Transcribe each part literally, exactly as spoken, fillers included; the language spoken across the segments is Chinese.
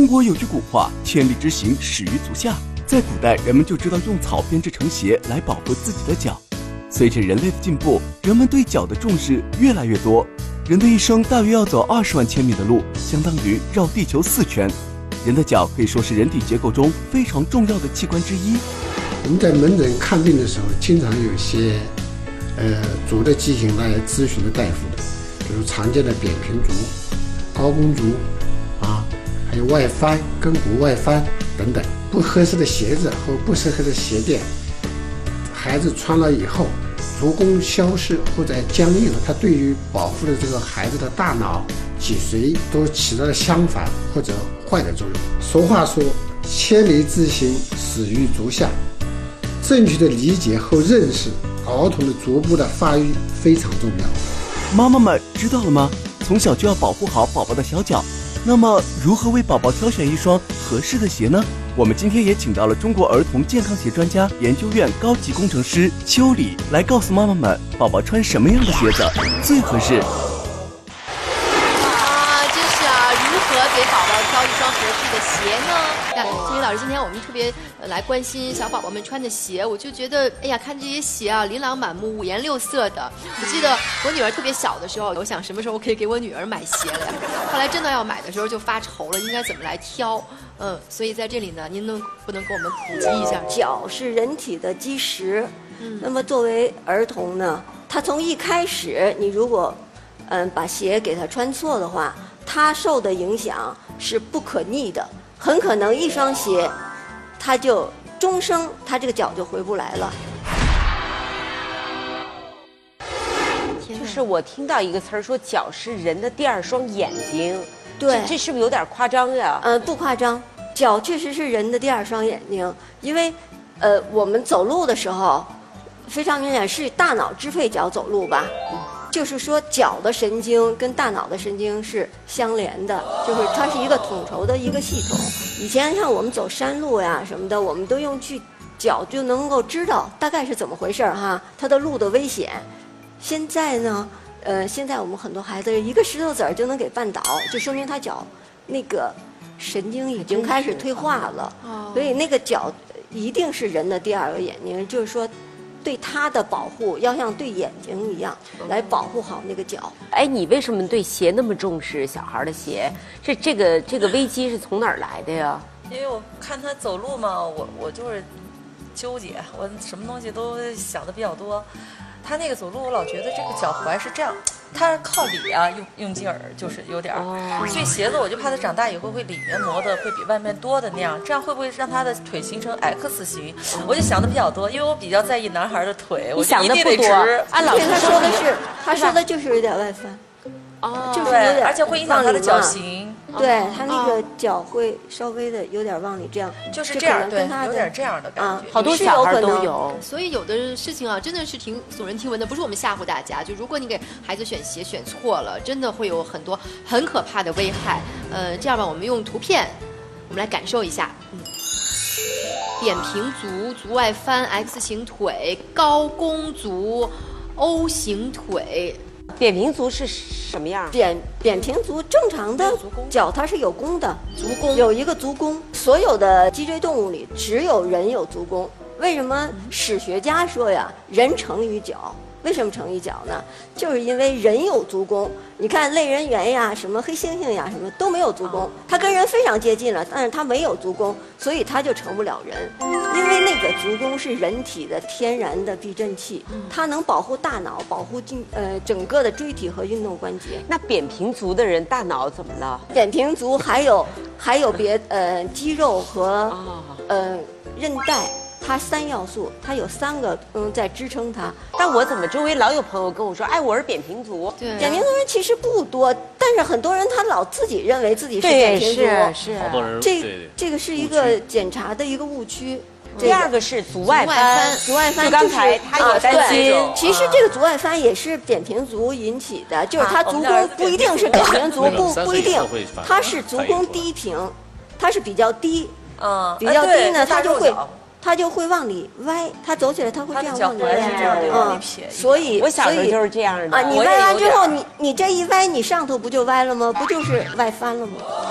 中国有句古话，千里之行，始于足下。在古代，人们就知道用草编制成鞋来保护自己的脚。随着人类的进步，人们对脚的重视越来越多。人的一生大约要走二十万千米的路，相当于绕地球四圈。人的脚可以说是人体结构中非常重要的器官之一。 我们在门诊看病的时候，经常有些呃足的畸形来咨询的大夫的，比如常见的扁平足、高弓足啊，还有外翻、跟骨外翻等等。不合适的鞋子和不适合的鞋垫，孩子穿了以后，足弓消失或者僵硬了，它对于保护的这个孩子的大脑、脊髓都起到了相反或者坏的作用。俗话说，千里之行，始于足下。正确的理解和认识儿童的足部的发育非常重要。 妈妈们知道了吗？从小就要保护好宝宝的小脚。那么，如何为宝宝挑选一双合适的鞋呢？我们今天也请到了中国儿童健康鞋专家研究院高级工程师邱礼，来告诉妈妈们，宝宝穿什么样的鞋子最合适。 给宝宝挑一双合适的鞋呢？那邱礼老师，今天我们特别来关心小宝宝们穿的鞋，我就觉得，哎呀，看这些鞋啊，琳琅满目，五颜六色的。我记得我女儿特别小的时候，我想什么时候我可以给我女儿买鞋了呀？后来真的要买的时候就发愁了，应该怎么来挑？嗯，所以在这里呢，您能不能给我们普及一下？ 脚是人体的基石，嗯，那么作为儿童呢，他从一开始，你如果嗯把鞋给他穿错的话，他受的影响是不可逆的，很可能一双鞋，他就终生他这个脚就回不来了。 就是我听到一个词儿说脚是人的第二双眼睛， 对， 这, 这是不是有点夸张呀？ 呃，不夸张，脚确实是人的第二双眼睛，因为呃我们走路的时候非常明显是大脑支配脚走路吧。就是说，脚的神经跟大脑的神经是相连的，就是它是一个统筹的一个系统。以前像我们走山路呀什么的，我们都用去脚就能够知道大概是怎么回事哈，它的路的危险。现在呢，呃，现在我们很多孩子一个石头子儿就能给绊倒，就说明他脚那个神经已经开始退化了。所以那个脚一定是人的第二个眼睛，就是说。对它的保护要像对眼睛一样来保护好那个脚。 哎，你为什么对鞋那么重视？小孩的鞋，这这个这个危机是从哪儿来的呀？ 因为我看他走路嘛，我我就是纠结，我什么东西都想的比较多。他那个走路，我老觉得这个脚踝是这样，他靠里啊用用劲儿，就是有点儿。哦、所以鞋子我就怕他长大以后会里面磨的会比外面多的那样，这样会不会让他的腿形成 X 型？我就想的比较多，因为我比较在意男孩的腿，我想一定得直。 按老师他说的是，他说的就是有点外翻。 哦，就是有点，而且会影响他的脚型。 对他那个脚会稍微的有点往里这样， 就是这样，对，有点这样的感觉。 好多小孩都有， 所以有的事情啊，真的是挺耸人听闻的。不是我们吓唬大家，就如果你给孩子选鞋选错了，真的会有很多很可怕的危害。呃，这样吧，我们用图片，我们来感受一下。嗯，扁平足、足外翻、X 型腿、高弓足、O 型腿。 扁平足是什么样？ 扁扁平足正常的脚它是有弓的， 足弓有一个足弓。所有的脊椎动物里只有人有足弓。为什么史学家说呀，人成于脚？为什么成于脚呢？就是因为人有足弓。你看类人猿呀，什么黑猩猩呀，什么都没有足弓，它跟人非常接近了，但是它没有足弓，所以它就成不了人。因为那个足弓是人体的天然的避震器，它能保护大脑，保护进呃整个的椎体和运动关节。 那扁平足的人大脑怎么了？ 扁平足还有还有别呃肌肉和呃韧带。它三要素，它有三个嗯在支撑它。 但我怎么周围老有朋友跟我说，哎，我是扁平足。 对， 扁平足人其实不多，但是很多人他老自己认为自己是扁平足， 是是。 好多人这这个是一个检查的一个误区。 第二个是足外翻， 足外翻就刚才他也担心。 其实这个足外翻也是扁平足引起的，就是他足弓不一定是扁平足，不不一定，他是足弓低平，它是比较低， 嗯， 比较低呢，它就会。他就会往里歪，他走起来他会这样往里歪， 嗯， 所以我小时候就是这样的啊。你歪完之后，你你这一歪，你上头不就歪了吗？不就是外翻了吗？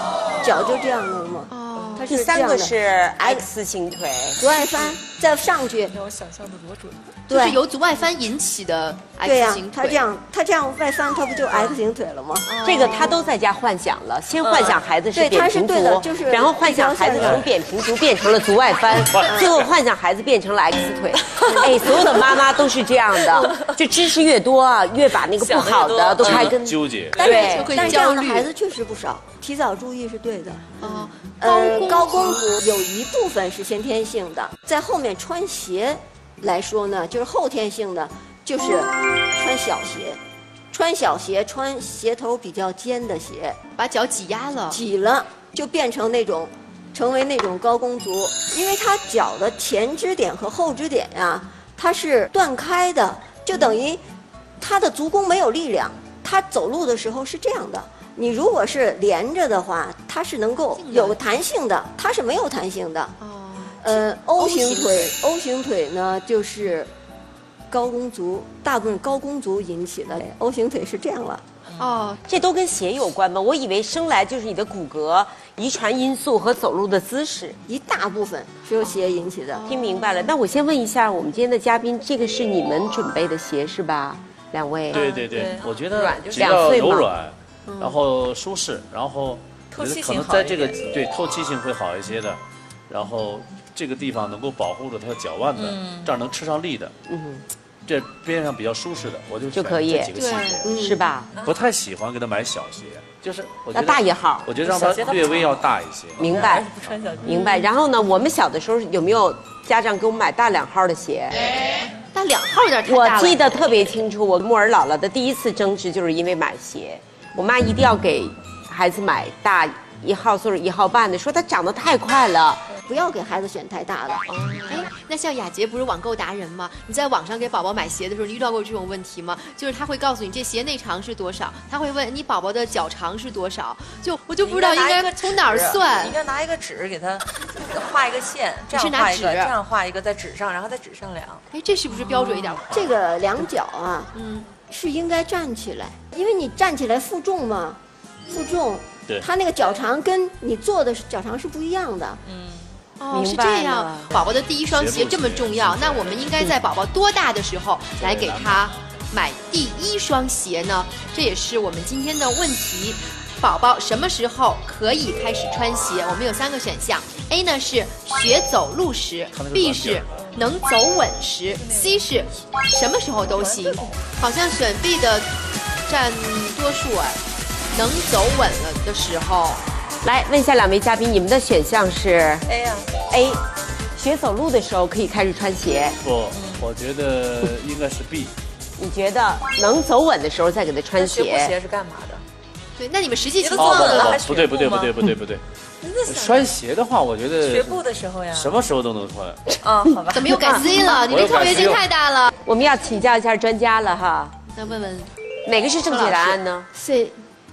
脚就这样的了吗？ 哦， 它第是这样的。 三个是 X 型腿， 足外翻，再上去， 让我想象的多准。 就是对由足外翻引起的对 X 呀型，腿。 他这样他这样外翻，他不就 X 型腿了吗？ 这个他都在家幻想了，先幻想孩子是对他是扁平足， 对的就是然后幻想孩子从扁平足变成了足外翻，最后幻想孩子变成了 X 腿。哎，所有的妈妈都是这样的，就知识越多啊，越把那个不好的都开跟纠结。 但对是会但是这样的焦虑孩子确实不少，提早注意是对的。 哦， 呃，高公弓足有一部分是先天性的，在后面穿鞋来说呢，就是后天性的，就是穿小鞋，穿小鞋，穿鞋头比较尖的鞋， 把脚挤压了。 挤了就变成那种，成为那种高弓足，因为它脚的前支点和后支点呀、它是断开的，就等于它的足弓没有力量，它走路的时候是这样的。你如果是连着的话，它是能够有弹性的，它是没有弹性的。 哦， 呃，O 型型腿，O 型腿呢就是高弓足，大部分高弓足引起的。O 型腿是这样了。 哦， 这都跟鞋有关吗？我以为生来就是你的骨骼、遗传因素和走路的姿势。 一大部分是由鞋引起的。 听明白了，那我先问一下我们今天的嘉宾，这个是你们准备的鞋是吧？两位？ 对对对对， 我觉得软就是只要两岁嘛柔软，然后舒适，然后透气性可能在这个好一点对透气性会好一些的，然后这个地方能够保护住他的脚腕的，这样能吃上力的， 嗯， 这边上比较舒适的，我就选就可以这几个细节。 嗯是吧？ 不太喜欢给他买小鞋，就是我觉要得大一号。 我觉得让他略微要大一些。 明白不穿小鞋。 明白。然后呢，我们小的时候有没有家长给我们买大两号的鞋？ 那两号有点太我大了。 记得特别清楚，我跟木儿姥姥的第一次争执就是因为买鞋，我妈一定要给孩子买大一号或者一号半的，说他长得太快了。 不要给孩子选太大的。 哎，那像雅洁不是网购达人吗？你在网上给宝宝买鞋的时候，你遇到过这种问题吗？就是他会告诉你这鞋内长是多少，他会问你宝宝的脚长是多少，就我就不知道应该从哪儿算你应。该拿一个纸给他画一个线，这是拿样画一个， 纸这样画一个在纸上，然后在纸上量。 哎，这是不是标准一点？ 这个量脚啊， 嗯， 是应该站起来，因为你站起来负重嘛，负重， 对它那个脚长跟你坐的脚长是不一样的。 哦，是明白这样了。 宝宝的第一双鞋这么重要，那我们应该在宝宝多大的时候来给他买第一双鞋呢？这也是我们今天的问题。宝宝什么时候可以开始穿鞋？我们有三个选项 ：A 呢是学走路时，B 是能走稳时 ，C 是什么时候都行。好像选 B 的占多数哎，能走稳了的时候。 来问一下两位嘉宾，你们的选项是 A 呀、 A，学走路的时候可以开始穿鞋， 不，我觉得应该是 B。 你觉得能走稳的时候再给他穿那学步鞋？ 鞋是干嘛的？ 对，那你们实际情你都况呢？ 做了还不不不，不对不对不学步吗对不对不对， 那穿鞋的话，我觉得学步的时候呀。 什么时候都能穿。 啊？好吧。 怎么又改 C 了？你这特别性太大了。 我们要请教一下专家了哈， 那问问哪个是正确答案呢 C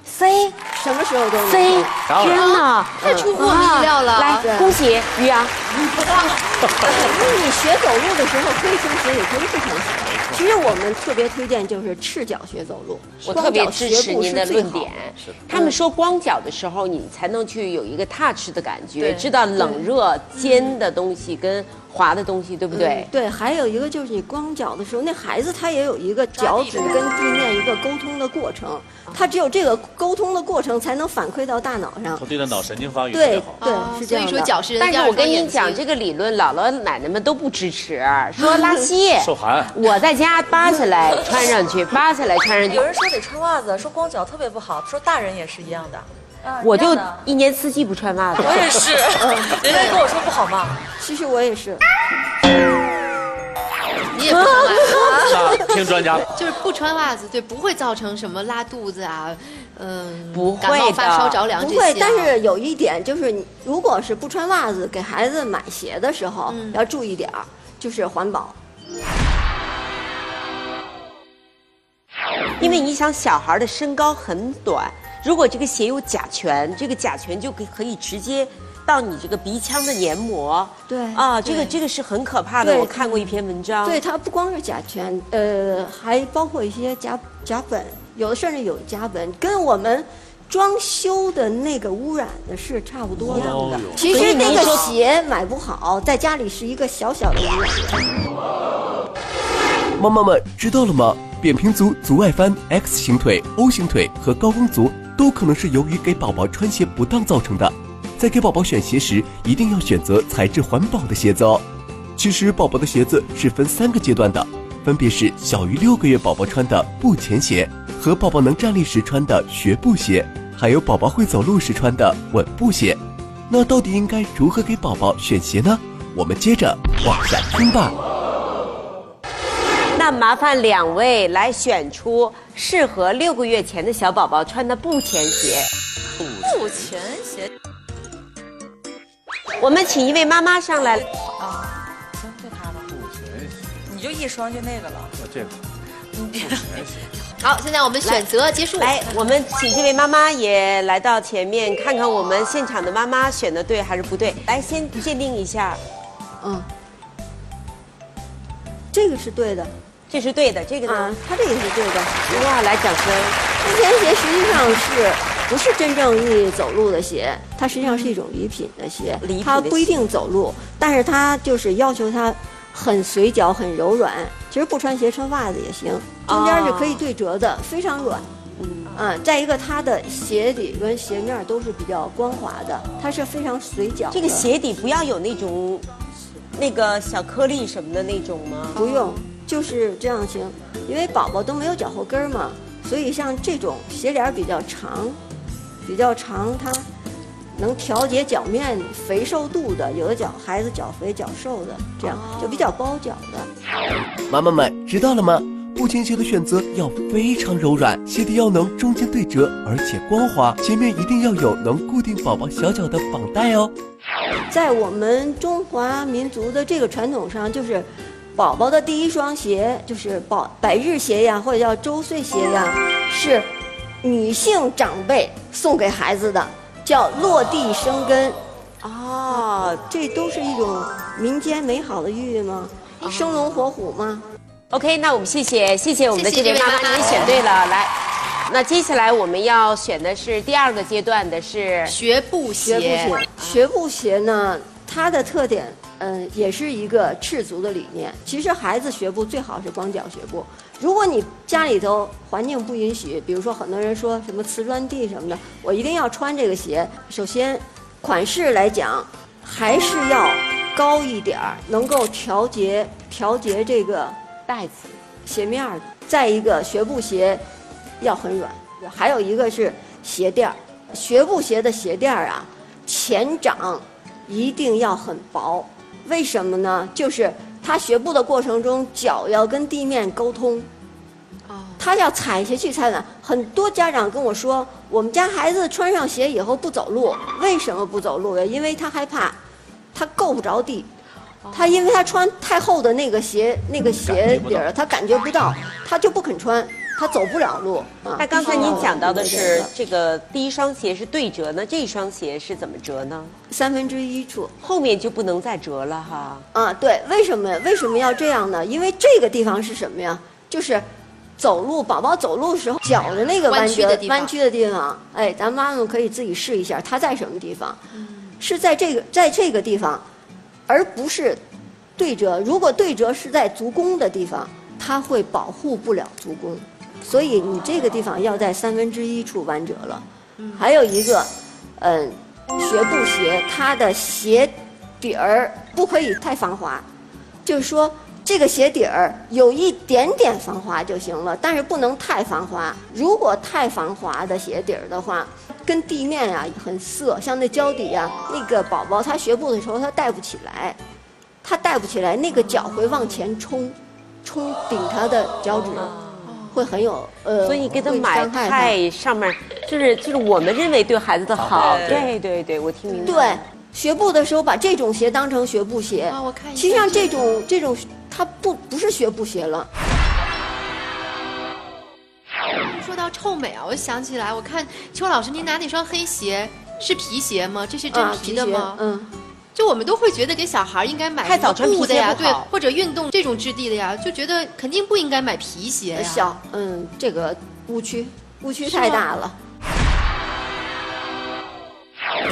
？C 什么时候都能 C， 做当然天哪， 太出乎我们意料了。 来， 对恭喜于洋。 因为你学走路的时候可以穿鞋，也可以不穿鞋。其实我们特别推荐就是赤脚学走路， 我特别支持您的论点光脚学步是最好的。 他们说光脚的时候，你才能去有一个 touch 的感觉， 对知道冷热尖的东西跟滑的东西，对不对嗯？对，还有一个就是你光脚的时候，那孩子他也有一个脚趾跟地面一个沟通的过程，他只有这个沟通的过程才能反馈到大脑上他。对他脑神经发育特别对好。 对哦， 是这样的。 所以说脚是人的第但是我跟二双眼睛。 你讲，这个理论姥姥奶奶们都不支持，说拉稀。 受寒。 我在家扒下来穿上去，扒下来穿上去有，人说得穿袜子，说光脚特别不好，说大人也是一样的。啊我就一样的一年四季不穿袜子。 我也是，人家跟我说不好嘛。 其实我也是， 你也不穿袜子， 那听专家， 就是不穿袜子，对，不会造成什么拉肚子啊，嗯， 不会感冒、 的发烧、着凉这些啊。 不会。但是有一点就是，你如果是不穿袜子给孩子买鞋的时候， 嗯要注意点儿，就是环保。 因为你想，小孩的身高很短，如果这个鞋有甲醛，这个甲醛就可以可以直接到你这个鼻腔的黏膜。 对啊，这个对这个是很可怕的。 对我看过一篇文章。 对，它不光是甲醛，呃，还包括一些甲甲苯，有的甚至有甲苯，跟我们装修的那个污染的是差不多的。 哦哟其实那个鞋买不好，在家里是一个小小的污染源。 妈妈们知道了吗？扁平足、足外翻、X 型腿、O 型腿和高跟足都可能是由于给宝宝穿鞋不当造成的。在给宝宝选鞋时，一定要选择材质环保的鞋子哦。其实宝宝的鞋子是分三个阶段的，分别是小于六个月宝宝穿的步前鞋，和宝宝能站立时穿的学步鞋，还有宝宝会走路时穿的稳步鞋。那到底应该如何给宝宝选鞋呢？我们接着往下听吧。 那麻烦两位来选出适合六个月前的小宝宝穿的步前鞋。 步前鞋。 我们请一位妈妈上来。 啊，行，就它吧。 步前鞋， 你就一双就那个了。 那这个步前鞋。 好，现在我们选择结束。 来，我们请这位妈妈也来到前面，看看我们现场的妈妈选的对还是不对。来，先鉴定一下。 嗯，这个是对的。 这是对的，这个呢？ 啊，它这个是对的。 哇，来掌声！ 步前鞋实际上是不是真正意义走路的鞋？它实际上是一种礼品的鞋， 礼品的鞋它不一定走路，但是它就是要求它很随脚、很柔软。其实不穿鞋穿袜子也行，中间是可以对折的，非常软。嗯，啊，再一个它的鞋底跟鞋面都是比较光滑的，它是非常随脚的。 这个鞋底不要有那种那个小颗粒什么的那种吗？ 不用。就是这样行，因为宝宝都没有脚后跟嘛，所以像这种鞋脸比较长，比较长，它能调节脚面肥瘦度的。有的脚孩子脚肥脚瘦的，这样就比较包脚的。 妈妈们知道了吗？步前鞋的选择要非常柔软，鞋底要能中间对折，而且光滑，前面一定要有能固定宝宝小脚的绑带哦。 在我们中华民族的这个传统上，就是宝宝的第一双鞋就是宝百日鞋呀，或者叫周岁鞋呀，是女性长辈送给孩子的，叫落地生根。 哦， 这都是一种民间美好的寓意吗？生龙活虎吗 ？OK， 那我们谢谢谢谢我们的这位妈妈， 谢谢这位妈妈你选对了。来，那接下来我们要选的是第二个阶段的是学步鞋。 学步鞋，学步鞋呢，它的特点。嗯，也是一个赤足的理念。其实孩子学步最好是光脚学步。如果你家里头环境不允许，比如说很多人说什么瓷砖地什么的，我一定要穿这个鞋。首先，款式来讲还是要高一点儿，能够调节调节这个带子鞋面的。再一个，学步鞋要很软。还有一个是鞋垫儿，学步鞋的鞋垫儿啊，前掌一定要很薄。为什么呢？就是他学步的过程中，脚要跟地面沟通，他要踩下去才能。很多家长跟我说，我们家孩子穿上鞋以后不走路，为什么不走路呀？因为他害怕，他够不着地，他因为他穿太厚的那个鞋，那个鞋底儿他感觉不到，他就不肯穿。他走不了路啊。 那刚才您讲到的是这个第一双鞋是对折，那这一双鞋是怎么折呢？ 三分之一处， 后面就不能再折了哈。 啊，对，为什么为什么要这样呢？因为这个地方是什么呀？就是走路，宝宝走路的时候脚的那个弯折弯曲的地方。哎，咱妈妈可以自己试一下，它在什么地方？嗯、是在这个在这个地方，而不是对折。如果对折是在足弓的地方，它会保护不了足弓。所以你这个地方要在三分之一处弯折了。还有一个，嗯，学步鞋它的鞋底儿不可以太防滑，就是说这个鞋底儿有一点点防滑就行了，但是不能太防滑。如果太防滑的鞋底儿的话，跟地面啊很涩，像那胶底啊，那个宝宝他学步的时候他带不起来，他带不起来，那个脚会往前冲，冲顶他的脚趾。会很有呃， 所以给他买太上面，就是就是我们认为对孩子的好，对对对，我听明白。 对，学步的时候把这种鞋当成学步鞋， 啊，我看一下。 实际上这种这种它不不是学步鞋了。 说到臭美啊，我想起来，我看邱老师您拿那双黑鞋是皮鞋吗？这是真皮的吗？ 啊、嗯。 就我们都会觉得给小孩应该买太早穿布的呀，对，或者运动这种质地的呀，就觉得肯定不应该买皮鞋呀。 小，嗯，这个误区误区太大了。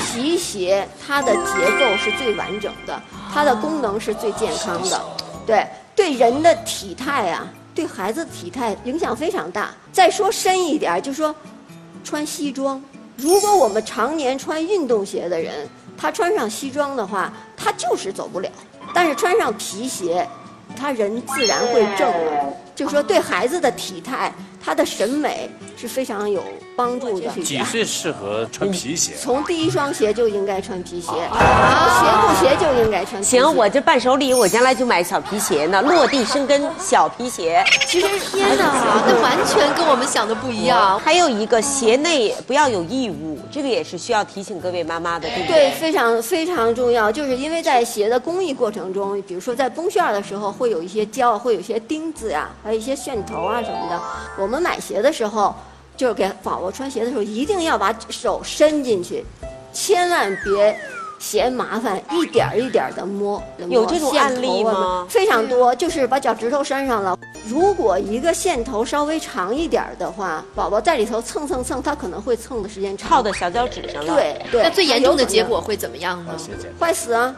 皮鞋它的结构是最完整的，它的功能是最健康的，对对人的体态啊，对孩子的体态影响非常大。再说深一点，就说穿西装，如果我们常年穿运动鞋的人，他穿上西装的话，他就是走不了。但是穿上皮鞋，他人自然会正了。就说对孩子的体态，他的审美是非常有帮助的。 几岁适合穿皮鞋？ 从第一双鞋就应该穿皮鞋，啊、鞋布鞋就应该穿皮鞋。 行，我这伴手礼我将来就买小皮鞋呢，落地生根小皮鞋。 其实天哪，那完全跟我们想的不一样。 还有一个鞋内不要有异物，这个也是需要提醒各位妈妈的，对不对？ 对，非常非常重要，就是因为在鞋的工艺过程中，比如说在绷旋的时候，会有一些胶，会有一些钉子呀、啊，还有一些楦头啊什么的。我们买鞋的时候，就是给宝宝穿鞋的时候，一定要把手伸进去，千万别嫌麻烦，一点一点的摸。 有这种案例吗？ 非常多，就是把脚趾头拴上了。如果一个线头稍微长一点的话，宝宝在里头蹭蹭蹭，他可能会蹭的时间长， 套到小脚趾上了。 对对。 那最严重的结果会怎么样呢？ 坏死啊！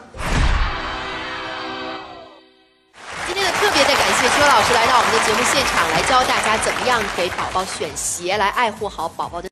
今天的特别的感谢邱老师来到我们的节目现场，来教大家怎么样给宝宝选鞋，来爱护好宝宝的。